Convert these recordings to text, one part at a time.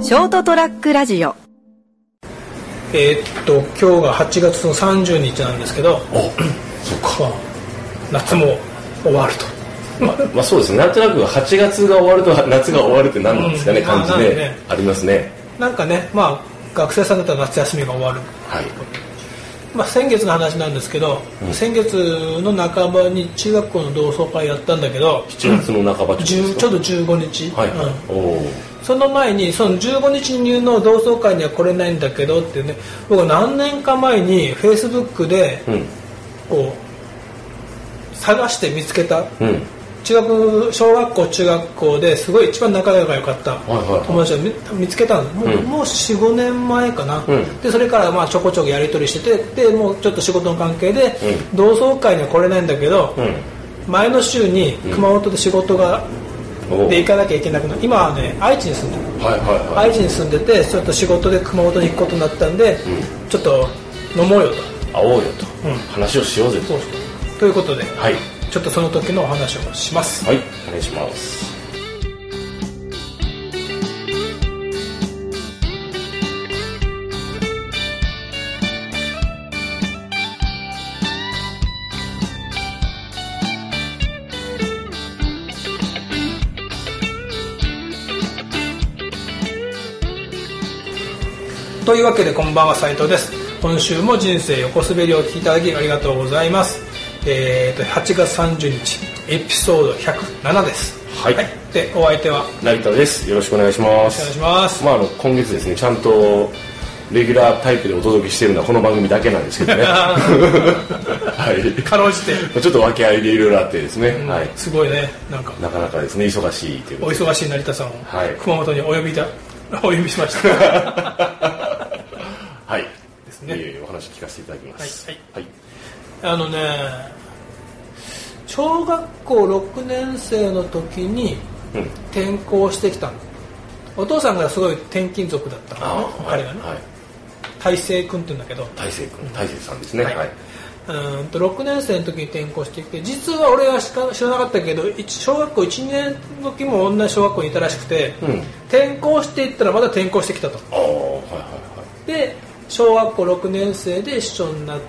ショートトラックラジオ。 今日が8月の30日なんですけど、 そっか、 夏も終わると。 まあそうですね。なんとなく8月が終わると夏が終わるって何なんですかね、感じで、ね、ありますね。 なんかね、まあ学生さんだったら夏休みが終わる。 はい。 まあ先月の話なんですけど、先月の半ばに中学校の同窓会やったんだけど、 7月の半ばちょうど15日。 はいはい。 その前にその15日入の同窓会には来れないんだけどってね、僕は何年か前にフェイスブックでこう探して見つけた、小学校中学校ですごい一番仲が良かった友達を見つけたの。もう 4,5 年前かな、でそれからまあちょこちょこやり取りしてて、でもうちょっと仕事の関係で同窓会には来れないんだけど、前の週に熊本で仕事がで行かなきゃいけなくなる。今はね愛知に住んでる、愛知に住んでてちょっと仕事で熊本に行くことになったんで、ちょっと飲もうよと、 会おうよと、話をしようぜということで、 はい、 ちょっとその時のお話をします。 はい、お願いします。 というわけでこんばんは、斉藤です。今週も人生横滑りを聞いていただきありがとうございます。8月30日エピソード107です。 はい、 でお相手は成田です。よろしくお願いします。 お願いします。 今月ですね、ちゃんとレギュラータイプでお届けしているのはこの番組だけなんですけどねはい、 かろうじてちょっと訳ありでいろいろあってですね、はい、 すごいね、なかなかですね、忙しいということで、 お忙しい成田さんを、 はい、 熊本にお呼びしましたはいですね、 お話聞かせていただきます。 はい、小学校6年生の時に転校してきたの。お父さんがすごい転勤族だったのね、彼がね、大成君って言うんだけど、 大成さんですね。 6年生の時に転校してきて、実は俺は知らなかったけど、小学校1年の時も同じ小学校にいたらしくて、転校していったらまた転校してきたと。で小学校6年生で一緒になって、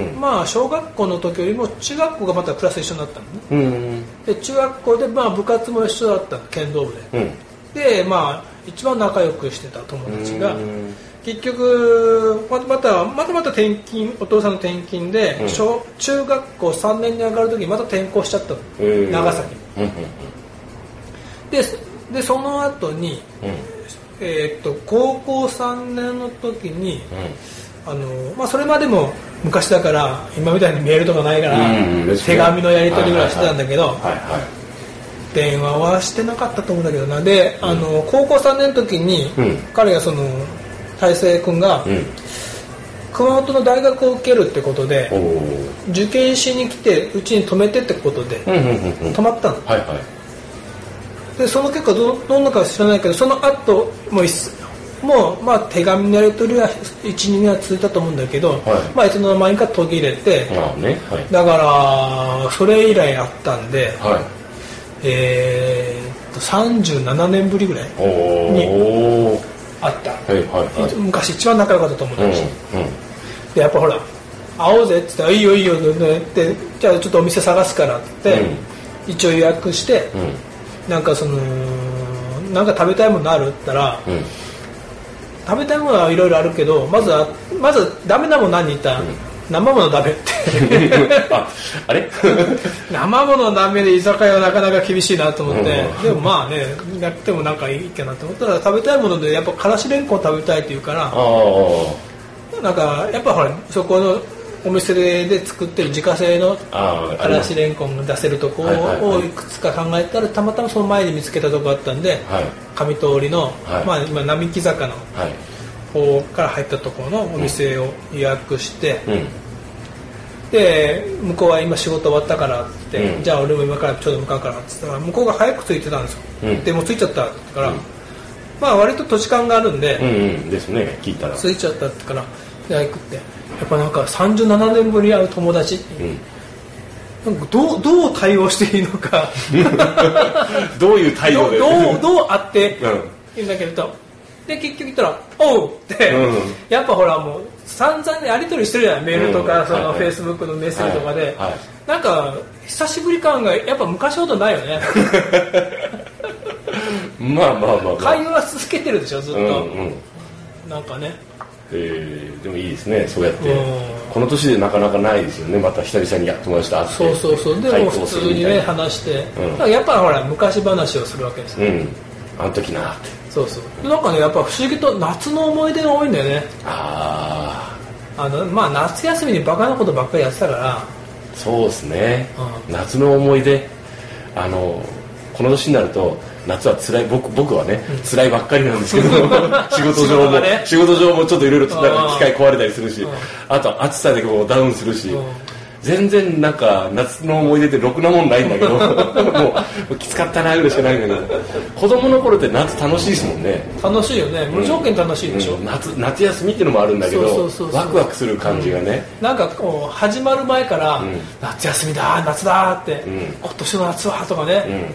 まあ小学校の時よりも中学校がまたクラス一緒になったのね、で中学校でまあ部活も一緒だったの、剣道部で、でまあ一番仲良くしてた友達が結局また転勤、お父さんの転勤で、中学校3年に上がる時にまた転校しちゃったの、長崎に、でその後に、高校3年の時に、それまでも昔だから今みたいにメールとかないから、手紙のやり取りぐらいしてたんだけど、電話はしてなかったと思うんだけどな。で、高校3年の時に、彼が大成君が、熊本の大学を受けるってことで受験しに来てうちに泊めてってことで泊まったの。でその結果どんなかは知らないけど、その後もうまあ手紙のやり取りは 1,2 年は続いたと思うんだけど、いつの間にか途切れて、だからそれ以来あったんで、37年ぶりぐらいにあった、昔一番仲良かったと思うんだし、でやっぱほら会おうぜって言ったら、いいよいいよってじゃあちょっとお店探すからって、一応予約して、なんか食べたいものあるって言ったら、食べたいものはいろいろあるけど、まずダメなもの何言ったら、生ものダメってあれ生ものダメで居酒屋はなかなか厳しいなと思って、でもまあね、やってもなんかいいかなと思ったら、食べたいものでやっぱからしれんこん食べたいって言うから、なんかやっぱほらそこのお店で作ってる自家製のからしれんこんが出せるとこをいくつか考えたら、たまたまその前に見つけたとこあったんで、上通りの、今並木坂の方から入ったところのお店を予約して、で向こうは今仕事終わったからって、じゃあ俺も今からちょうど向かうからって言ったら、向こうが早く着いてたんですよ、でもう着いちゃったって言ったから、まあ割と土地勘があるんで、 ですね、聞いたら着いちゃったってから、で行くってやっぱなんか37年ぶりに会う友達、なんかどう対応していいのかどういう対応でどう会っていいんだけど、 で結局言ったら「おう!」って、やっぱほらもう散々やり取りしてるじゃない、メールとか、そのフェイスブックのメッセージとかで、なんか久しぶり感がやっぱ昔ほどないよね。 まあ会話続けてるでしょずっと、なんかね。 でもいいですね、そうやってこの年でなかなかないですよね、また久々に友達と会ってそうでも普通にね話して、やっぱほら昔話をするわけですよ、 あの時なって。 そうなんかねやっぱ不思議と夏の思い出が多いんだよね。まあ夏休みにバカなことばっかりやってたから。 そうですね、夏の思い出、この年になると夏は辛い、僕はね、辛いばっかりなんですけど仕事上もちょっといろいろ機械壊れたりするし、あと暑さでこうダウンするし、全然なんか夏の思い出ってろくなもんないんだけどもうきつかったなぐらいしかないんだけど、子供の頃って夏楽しいですもんね。 楽しいよね、無条件楽しいでしょ、 夏休みっていうのもあるんだけど、ワクワクする感じがね、 なんかこう始まる前から、夏休みだ夏だって、今年の夏はとかね、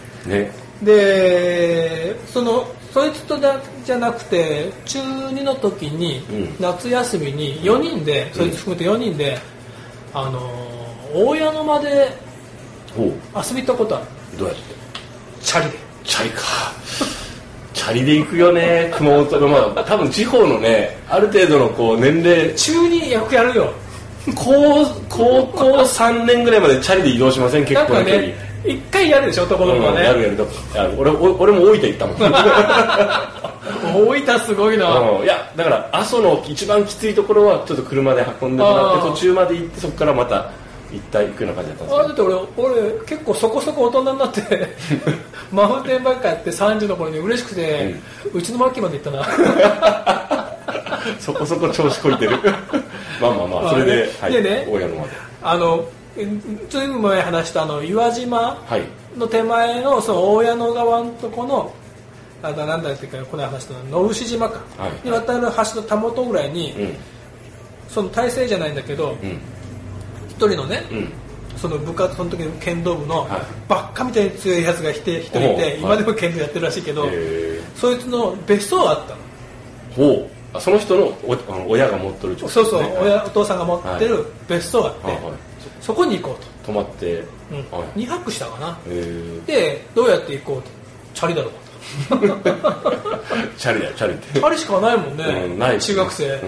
でそいつとじゃなくて中2の時に、夏休みに4人で、そいつ含めて4人で大矢野まで遊び行ったことある。 どうやって？ チャリで。 チャリか。チャリで行くよね、熊本の。まあ多分地方のね、ある程度のこう年齢。 中によくやるよ。 高校3年ぐらいまでチャリで移動しません？結構ね。 一回やるでしょ、男の子はね。 やる俺も大分行ったもん。 大分すごいな。 いやだから阿蘇の一番きついところはちょっと車で運んでもらって、途中まで行って、そこからまた行くような感じだったんですけど。 だって俺結構そこそこ大人になってマウンテンバイクやって3時の頃に嬉しくて、うちのマッキーまで行ったな。 そこそこ調子こいてる。まあそれで、 でね、 大矢野までずいぶん前話した岩島の手前のその大矢野川のとこのなんだっていうか、この話したの野牛島か、に渡る橋のたもとぐらいに、その体制じゃないんだけど、一人のね、その部活、その時の剣道部のばっかみたいに強いやつが一人いて、今でも剣道やってるらしいけど、そいつの別荘があったの。 その人の親が持ってる。 そうお父さんが持ってる別荘があって、そこに行こうと。 泊まって、 2泊したかな。でどうやって行こうと。チャリだろうと。 チャリだよ、チャリって。 チャリしかないもんね、ない中学生。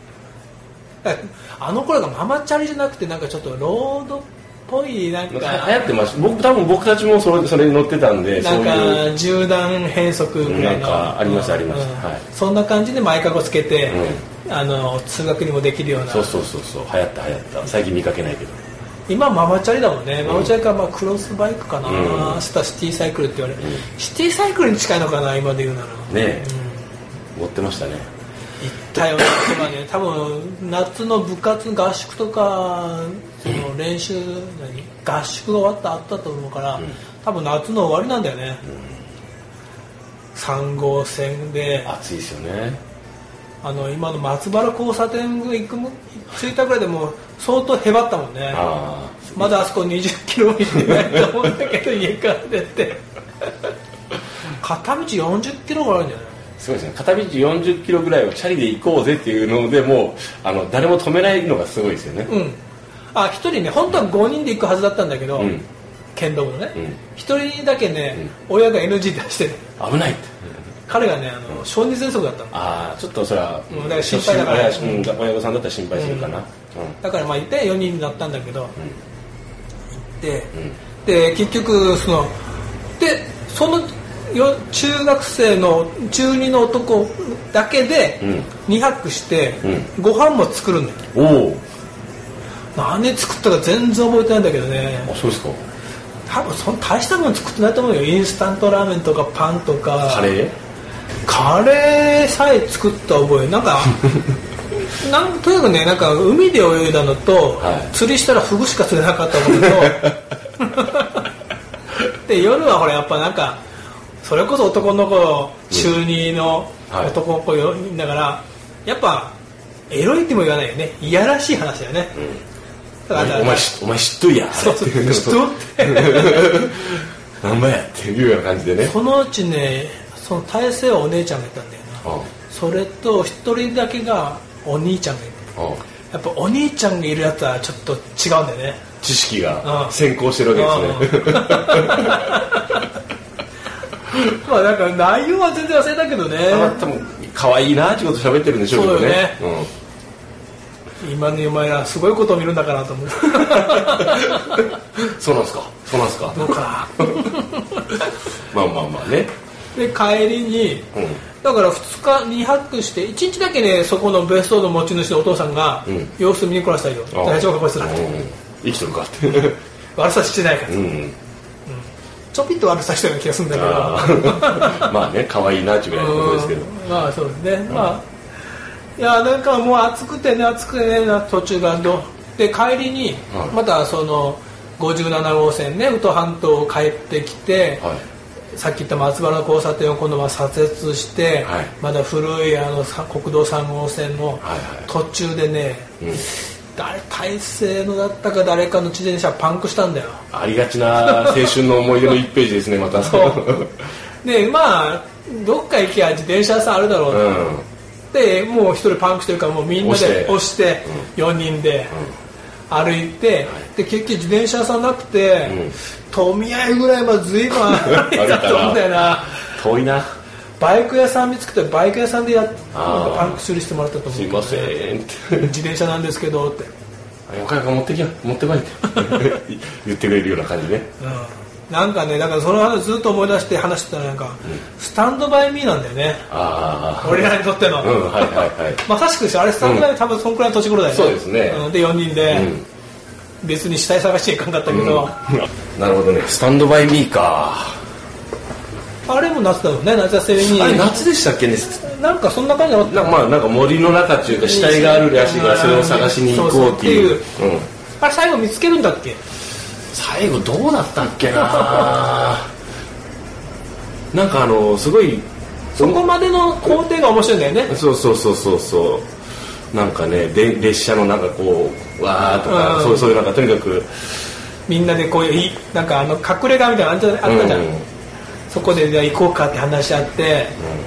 あの頃がママチャリじゃなくて、なんかちょっとロードっぽい、なんか流行ってます。多分僕たちもそれに乗ってたんで、 なんか縦断変速ぐらいの、 なんかあります、 そんな感じで前かごつけて、通学にもできるような。 そう流行った最近見かけないけど。 今ママチャリだもんね。ママチャリかクロスバイクかな、シティサイクルって言われる、シティサイクルに近いのかな今で言うならね。持ってましたね。 行ったよね。多分夏の部活合宿とか、その練習合宿が終わったあったと思うから、多分夏の終わりなんだよね。3号線で暑いですよね。 今の松原交差点着いたぐらいでもう相当へばったもんね。まだあそこ20キロも行ってないと思うんだけど家から出て片道40キロぐらいあるんじゃない？ すごいですね。片道40キロぐらいをチャリで行こうぜっていうので、もう誰も止めないのがすごいですよね。 一人ね、本当は5人で行くはずだったんだけど、剣道部のね、1人だけね、親が NG 出して危ないって。 彼がね小児喘息だったの。 ちょっとそれはだから心配だから、 親御さんだったら心配するかな。 だから行って4人になったんだけど、行ってで結局その中学生の中2の男だけで2泊してご飯も作るんだよ。何作ったか全然覚えてないんだけどね。 そうですか。 多分大したもの作ってないと思うよ。インスタントラーメンとかパンとかカレーさえ作った覚えなんかとにかくね、なんか海で泳いだのと、釣りしたらフグしか釣れなかったものとで夜はほらやっぱなんかそれこそ男の子中2の男の子だから、やっぱエロいっても言わないよね。いやらしい話だよね。 お前知っとるやん。 そう知っとってなんばやっていうような感じでね。 そのうちね、その大勢はお姉ちゃんがいたんだよな。 それと一人だけがお兄ちゃんがいて、やっぱお兄ちゃんがいるやつはちょっと違うんだよね。 知識が先行してるわけですね。 まあなんか内容は全然忘れたけどね。 多分可愛いなってこと喋ってるんでしょうけどね。 今のお前らすごいことを見るんだからと思う。 そうなんすか。 どうかな。 まあね。 で帰りに、だから2日2泊して1日だけね、そこの別荘の持ち主のお父さんが様子見に来らせたよ。大丈夫かこいつら。 生きてるかって。 悪さしてないから。ちょぴっと悪さしたような気がするんだけど。 まあね、可愛いなっていうぐらいのことですけど。 まあそうですね。まあいやなんかもう暑くてね途中がで帰りにまたその57号線ね、宇土半島を帰ってきて、さっき言った松原の交差点を今度は左折して、まだ古い国道3号線の途中でね、大勢のだったか誰かの自転車パンクしたんだよ。 ありがちな青春の思い出の1ページですね。またそうでまあどっか行きゃ自転車屋さんあるだろうで、もう一人パンクしてるからもうみんなで押して4人で歩いて、で結局自転車屋さんなくて、富合ぐらいまで随分歩いたと思うんだよな。 遠いな。 バイク屋さん見つけてバイク屋さんでパンク修理してもらったと思う。 すいませんって自転車なんですけどってお金が持ってこいって言ってくれるような感じね。 なんかね、だからその話ずっと思い出して話してたらなんか、スタンドバイミーなんだよね。俺らにとっての。まさしくあれスタンドバイミー多分そんくらいの年頃だよね。 そうですね。 で4人で、別に死体探しに行かんかったけど。 なるほどね。スタンドバイミーか。 あれも夏だもんね、夏休みに。 あれ夏でしたっけね。 なんかそんな感じだった。 まあなんか森の中っていうか死体があるらしいからそれを探しに行こうっていう。 あれ最後見つけるんだっけ。 最後どうだったっけな。なんかすごいそこまでの工程が面白いんだよね。 そうなんかね列車のなんかこうわーとか、そういうなんかとにかくみんなでこういうなんか隠れ家みたいなのあったじゃん、そこでじゃあ行こうかって話し合って、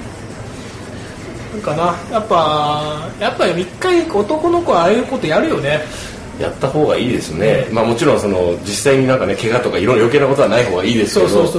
なんかなやっぱり一回男の子はああいうことやるよね。 やった方がいいですね。まあもちろん実際になんかね怪我とかいろいろ余計なことはない方がいいですけど。そう。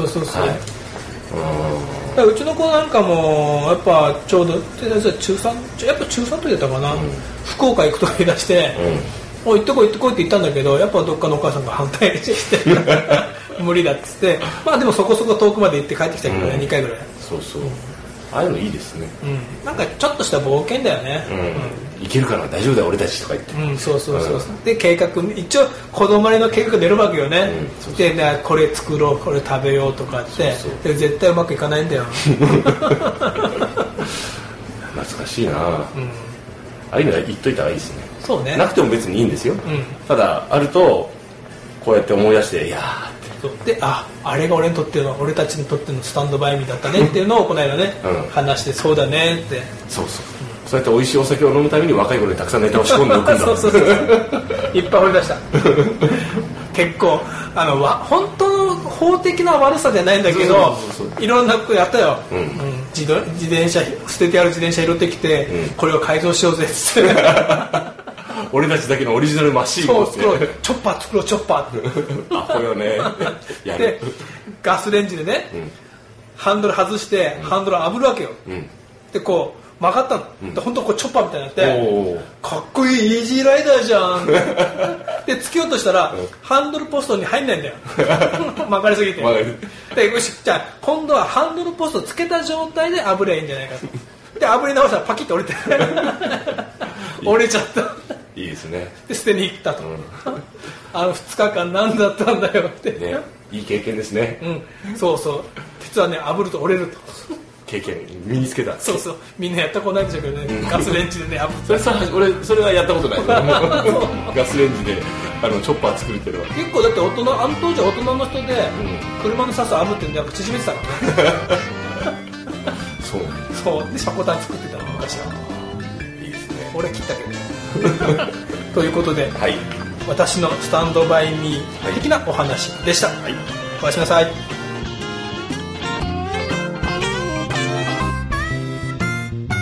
うちの子なんかもやっぱちょうど中3やっぱ中3の時だったかな、福岡行くとか言い出して、行ってこいって言ったんだけどやっぱどっかのお母さんが反対して無理だっつってまあでもそこそこ遠くまで行って帰ってきたけどね、2回ぐらい。そうああいうのいいですね。 なんかちょっとした冒険だよね。 いけるかな大丈夫だよ俺たちとか言って。 そう。で計画一応子供なりの計画出るわけよね。でこれ作ろうこれ食べようとかってで絶対うまくいかないんだよ。 懐かしいな。ああいうの言っといた方がいいですね。 そうね。 なくても別にいいんですよ。ただあるとこうやって思い出していやーであれが俺たちにとってのスタンドバイミーだったねっていうのをこの間ね、話してそうだねって。そうやって美味しいお酒を飲むために若い頃にたくさんネタを仕込んでおくんだ。そういっぱい掘り出した。結構本当の法的な悪さじゃないんだけどいろんなことやったよ。自転車捨ててある自転車拾ってきて、これを改造しようぜっつって。 俺たちだけのオリジナルマシーンを作ろうチョッパー作ろうチョッパーこれをねでガスレンジでね、ハンドル外してハンドル炙るわけよ、でこう曲がったの、本当こうチョッパーみたいになってかっこいいイージーライダーじゃんでつけようとしたら、ハンドルポストに入んないんだよ曲がりすぎてでよしじゃあ今度はハンドルポストつけた状態で炙ればいいんじゃないかとで炙り直したらパキッと折れて折れちゃったいいですね。 で捨てに行ったと、2日間何だったんだよって、 ね、いい経験ですね。 そう鉄はね炙ると折れると経験身につけた。 そうみんなやったことないんでしょうけどね、ガスレンジでね炙って俺それはやったことないガスレンジでチョッパー作るっていうのは結構だって当時は大人の人で、車のサス炙ってやっぱ縮めてたからねそうでシャコタン作ってたの昔は。 いいですね。 俺切ったけどということで、私のスタンドバイミー的なお話でした。おやすみなさい。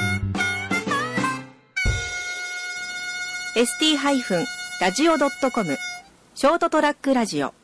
st-radio.com ショートトラックラジオ